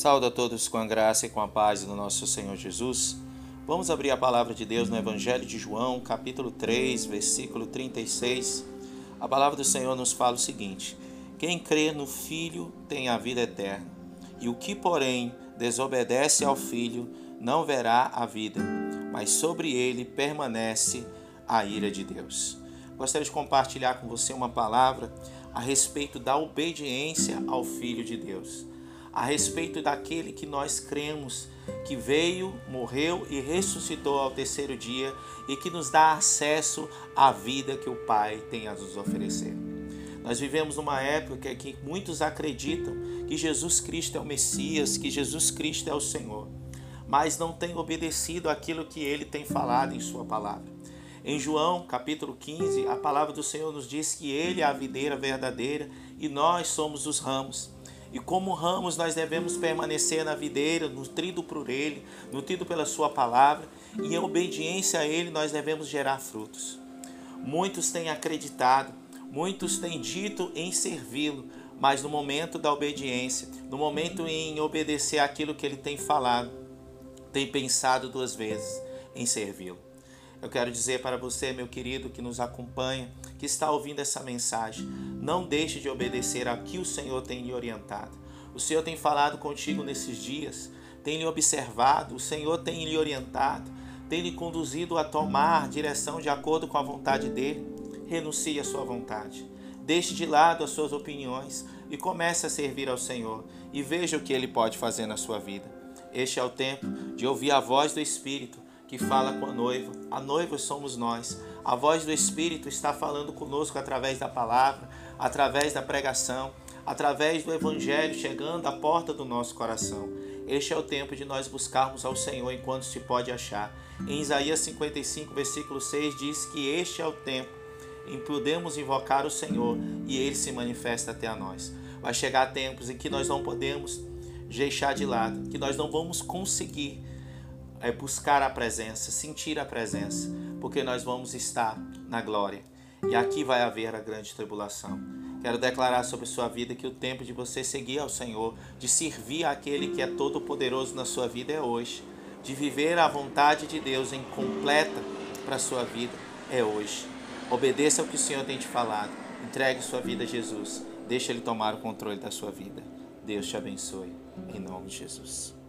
Saúdo a todos com a graça e com a paz do nosso Senhor Jesus. Vamos abrir a palavra de Deus no Evangelho de João, capítulo 3, versículo 36. A palavra do Senhor nos fala o seguinte: quem crê no Filho tem a vida eterna, e o que, porém, desobedece ao Filho não verá a vida, mas sobre ele permanece a ira de Deus. Gostaria de compartilhar com você uma palavra a respeito da obediência ao Filho de Deus, a respeito daquele que nós cremos, que veio, morreu e ressuscitou ao terceiro dia e que nos dá acesso à vida que o Pai tem a nos oferecer. Nós vivemos numa época que muitos acreditam que Jesus Cristo é o Messias, que Jesus Cristo é o Senhor, mas não têm obedecido aquilo que Ele tem falado em sua palavra. Em João, capítulo 15, a palavra do Senhor nos diz que Ele é a videira verdadeira e nós somos os ramos. E como ramos nós devemos permanecer na videira, nutrido por Ele, nutrido pela sua palavra, e em obediência a Ele nós devemos gerar frutos. Muitos têm acreditado, muitos têm dito em servi-lo, mas no momento da obediência, no momento em obedecer aquilo que Ele tem falado, tem pensado duas vezes em servi-lo. Eu quero dizer para você, meu querido, que nos acompanha, que está ouvindo essa mensagem, não deixe de obedecer ao que o Senhor tem lhe orientado. O Senhor tem falado contigo nesses dias, tem lhe observado, o Senhor tem lhe orientado, tem lhe conduzido a tomar direção de acordo com a vontade dEle. Renuncie à sua vontade, deixe de lado as suas opiniões e comece a servir ao Senhor e veja o que Ele pode fazer na sua vida. Este é o tempo de ouvir a voz do Espírito que fala com a noiva somos nós. A voz do Espírito está falando conosco através da palavra, através da pregação, através do Evangelho chegando à porta do nosso coração. Este é o tempo de nós buscarmos ao Senhor enquanto se pode achar. Em Isaías 55, versículo 6 diz que este é o tempo em que podemos invocar o Senhor e Ele se manifesta até a nós. Vai chegar tempos em que nós não podemos deixar de lado, que nós não vamos conseguir buscar a presença, sentir a presença, porque nós vamos estar na glória. E aqui vai haver a grande tribulação. Quero declarar sobre sua vida que o tempo de você seguir ao Senhor, de servir àquele que é todo poderoso na sua vida é hoje. De viver a vontade de Deus em completa para a sua vida é hoje. Obedeça ao que o Senhor tem te falado. Entregue sua vida a Jesus. Deixa Ele tomar o controle da sua vida. Deus te abençoe. Em nome de Jesus.